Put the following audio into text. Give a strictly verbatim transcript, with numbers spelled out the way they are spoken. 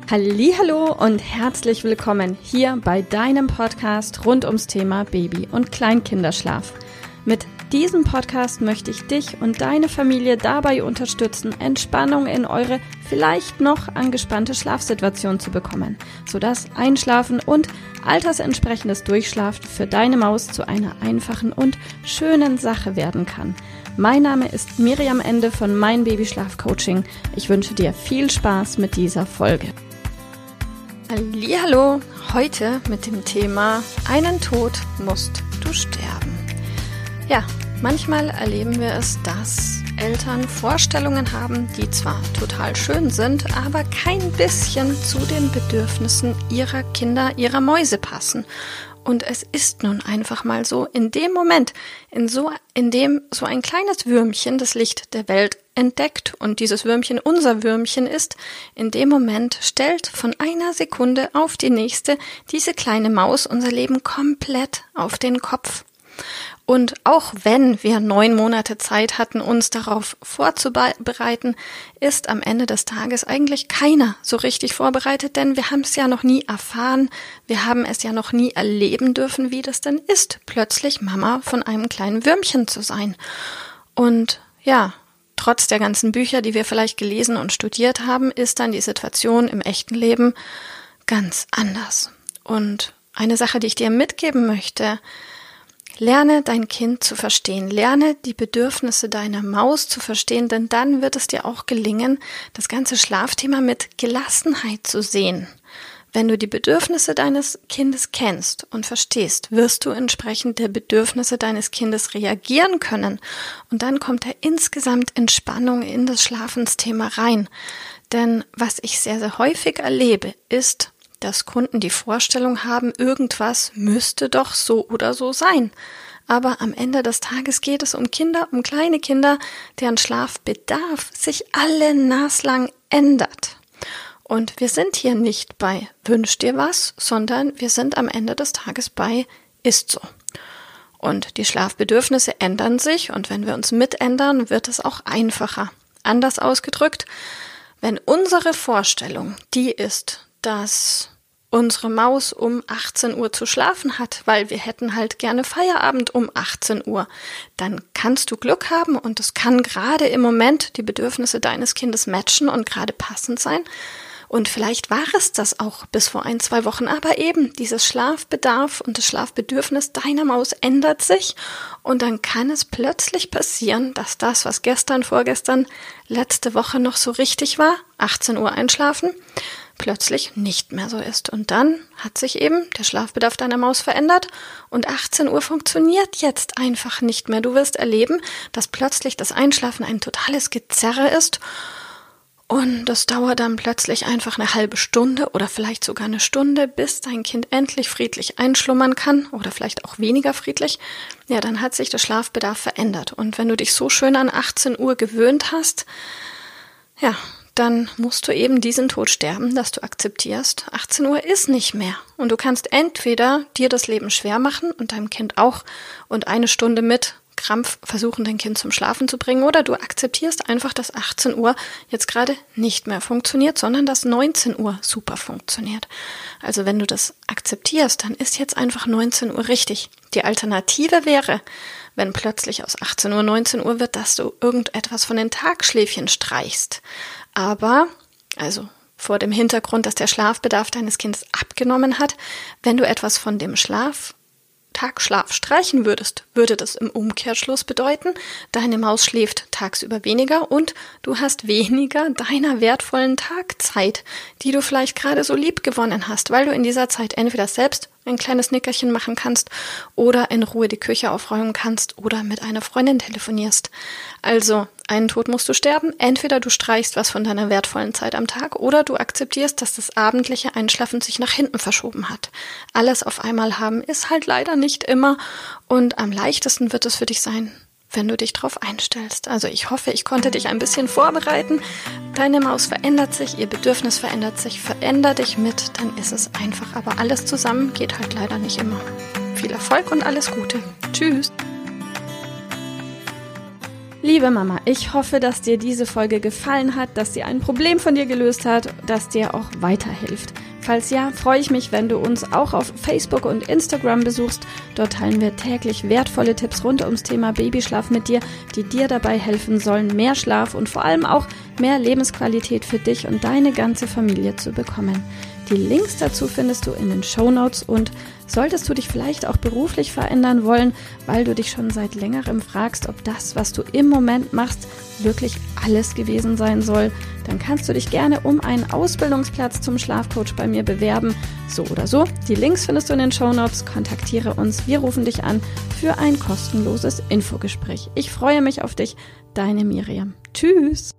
Hallihallo und herzlich willkommen hier bei deinem Podcast rund ums Thema Baby- und Kleinkinderschlaf. Mit diesem Podcast möchte ich dich und deine Familie dabei unterstützen, Entspannung in eure vielleicht noch angespannte Schlafsituation zu bekommen, sodass Einschlafen und altersentsprechendes Durchschlafen für deine Maus zu einer einfachen und schönen Sache werden kann. Mein Name ist Miriam Ende von Mein Babyschlaf Coaching. Ich wünsche dir viel Spaß mit dieser Folge. Hallihallo, heute mit dem Thema Einen Tod musst du sterben. Ja, manchmal erleben wir es, dass Eltern Vorstellungen haben, die zwar total schön sind, aber kein bisschen zu den Bedürfnissen ihrer Kinder, ihrer Mäuse passen. Und es ist nun einfach mal so, in dem Moment, in so, in dem so ein kleines Würmchen das Licht der Welt entdeckt und dieses Würmchen unser Würmchen ist, in dem Moment stellt von einer Sekunde auf die nächste diese kleine Maus unser Leben komplett auf den Kopf. Und auch wenn wir neun Monate Zeit hatten, uns darauf vorzubereiten, ist am Ende des Tages eigentlich keiner so richtig vorbereitet, denn wir haben es ja noch nie erfahren, wir haben es ja noch nie erleben dürfen, wie das denn ist, plötzlich Mama von einem kleinen Würmchen zu sein. Und ja, trotz der ganzen Bücher, die wir vielleicht gelesen und studiert haben, ist dann die Situation im echten Leben ganz anders. Und eine Sache, die ich dir mitgeben möchte: Lerne dein Kind zu verstehen, lerne die Bedürfnisse deiner Maus zu verstehen, denn dann wird es dir auch gelingen, das ganze Schlafthema mit Gelassenheit zu sehen. Wenn du die Bedürfnisse deines Kindes kennst und verstehst, wirst du entsprechend der Bedürfnisse deines Kindes reagieren können und dann kommt da insgesamt Entspannung in das Schlafensthema rein. Denn was ich sehr, sehr häufig erlebe, ist, dass Kunden die Vorstellung haben, irgendwas müsste doch so oder so sein. Aber am Ende des Tages geht es um Kinder, um kleine Kinder, deren Schlafbedarf sich alle naslang ändert. Und wir sind hier nicht bei Wünsch dir was, sondern wir sind am Ende des Tages bei Ist so. Und die Schlafbedürfnisse ändern sich und wenn wir uns mitändern, wird es auch einfacher. Anders ausgedrückt, wenn unsere Vorstellung die ist, dass unsere Maus um achtzehn Uhr zu schlafen hat, weil wir hätten halt gerne Feierabend um achtzehn Uhr, dann kannst du Glück haben und es kann gerade im Moment die Bedürfnisse deines Kindes matchen und gerade passend sein. Und vielleicht war es das auch bis vor ein, zwei Wochen, aber eben dieses Schlafbedarf und das Schlafbedürfnis deiner Maus ändert sich und dann kann es plötzlich passieren, dass das, was gestern, vorgestern, letzte Woche noch so richtig war, achtzehn Uhr einschlafen, plötzlich nicht mehr so ist. Und dann hat sich eben der Schlafbedarf deiner Maus verändert und achtzehn Uhr funktioniert jetzt einfach nicht mehr. Du wirst erleben, dass plötzlich das Einschlafen ein totales Gezerre ist und das dauert dann plötzlich einfach eine halbe Stunde oder vielleicht sogar eine Stunde, bis dein Kind endlich friedlich einschlummern kann oder vielleicht auch weniger friedlich. Ja, dann hat sich der Schlafbedarf verändert. Und wenn du dich so schön an achtzehn Uhr gewöhnt hast, ja, dann musst du eben diesen Tod sterben, dass du akzeptierst, achtzehn Uhr ist nicht mehr. Und du kannst entweder dir das Leben schwer machen und deinem Kind auch und eine Stunde mit Krampf versuchen, dein Kind zum Schlafen zu bringen, oder du akzeptierst einfach, dass achtzehn Uhr jetzt gerade nicht mehr funktioniert, sondern dass neunzehn Uhr super funktioniert. Also wenn du das akzeptierst, dann ist jetzt einfach neunzehn Uhr richtig. Die Alternative wäre, wenn plötzlich aus achtzehn Uhr neunzehn Uhr wird, dass du irgendetwas von den Tagschläfchen streichst. Aber, also vor dem Hintergrund, dass der Schlafbedarf deines Kindes abgenommen hat, wenn du etwas von dem Schlaf, Tagschlaf streichen würdest, würde das im Umkehrschluss bedeuten, deine Maus schläft tagsüber weniger und du hast weniger deiner wertvollen Tagzeit, die du vielleicht gerade so lieb gewonnen hast, weil du in dieser Zeit entweder selbst ein kleines Nickerchen machen kannst oder in Ruhe die Küche aufräumen kannst oder mit einer Freundin telefonierst. Also, einen Tod musst du sterben. Entweder du streichst was von deiner wertvollen Zeit am Tag oder du akzeptierst, dass das abendliche Einschlafen sich nach hinten verschoben hat. Alles auf einmal haben ist halt leider nicht immer und am leichtesten wird es für dich sein, wenn du dich darauf einstellst. Also ich hoffe, ich konnte dich ein bisschen vorbereiten. Deine Maus verändert sich, ihr Bedürfnis verändert sich, veränder dich mit, dann ist es einfach. Aber alles zusammen geht halt leider nicht immer. Viel Erfolg und alles Gute. Tschüss. Liebe Mama, ich hoffe, dass dir diese Folge gefallen hat, dass sie ein Problem von dir gelöst hat, dass dir auch weiterhilft. Falls ja, freue ich mich, wenn du uns auch auf Facebook und Instagram besuchst. Dort teilen wir täglich wertvolle Tipps rund ums Thema Babyschlaf mit dir, die dir dabei helfen sollen, mehr Schlaf und vor allem auch mehr Lebensqualität für dich und deine ganze Familie zu bekommen. Die Links dazu findest du in den Shownotes und solltest du dich vielleicht auch beruflich verändern wollen, weil du dich schon seit längerem fragst, ob das, was du im Moment machst, wirklich alles gewesen sein soll, dann kannst du dich gerne um einen Ausbildungsplatz zum Schlafcoach bei mir bewerben. So oder so, die Links findest du in den Shownotes. Kontaktiere uns, wir rufen dich an für ein kostenloses Infogespräch. Ich freue mich auf dich, deine Miriam. Tschüss!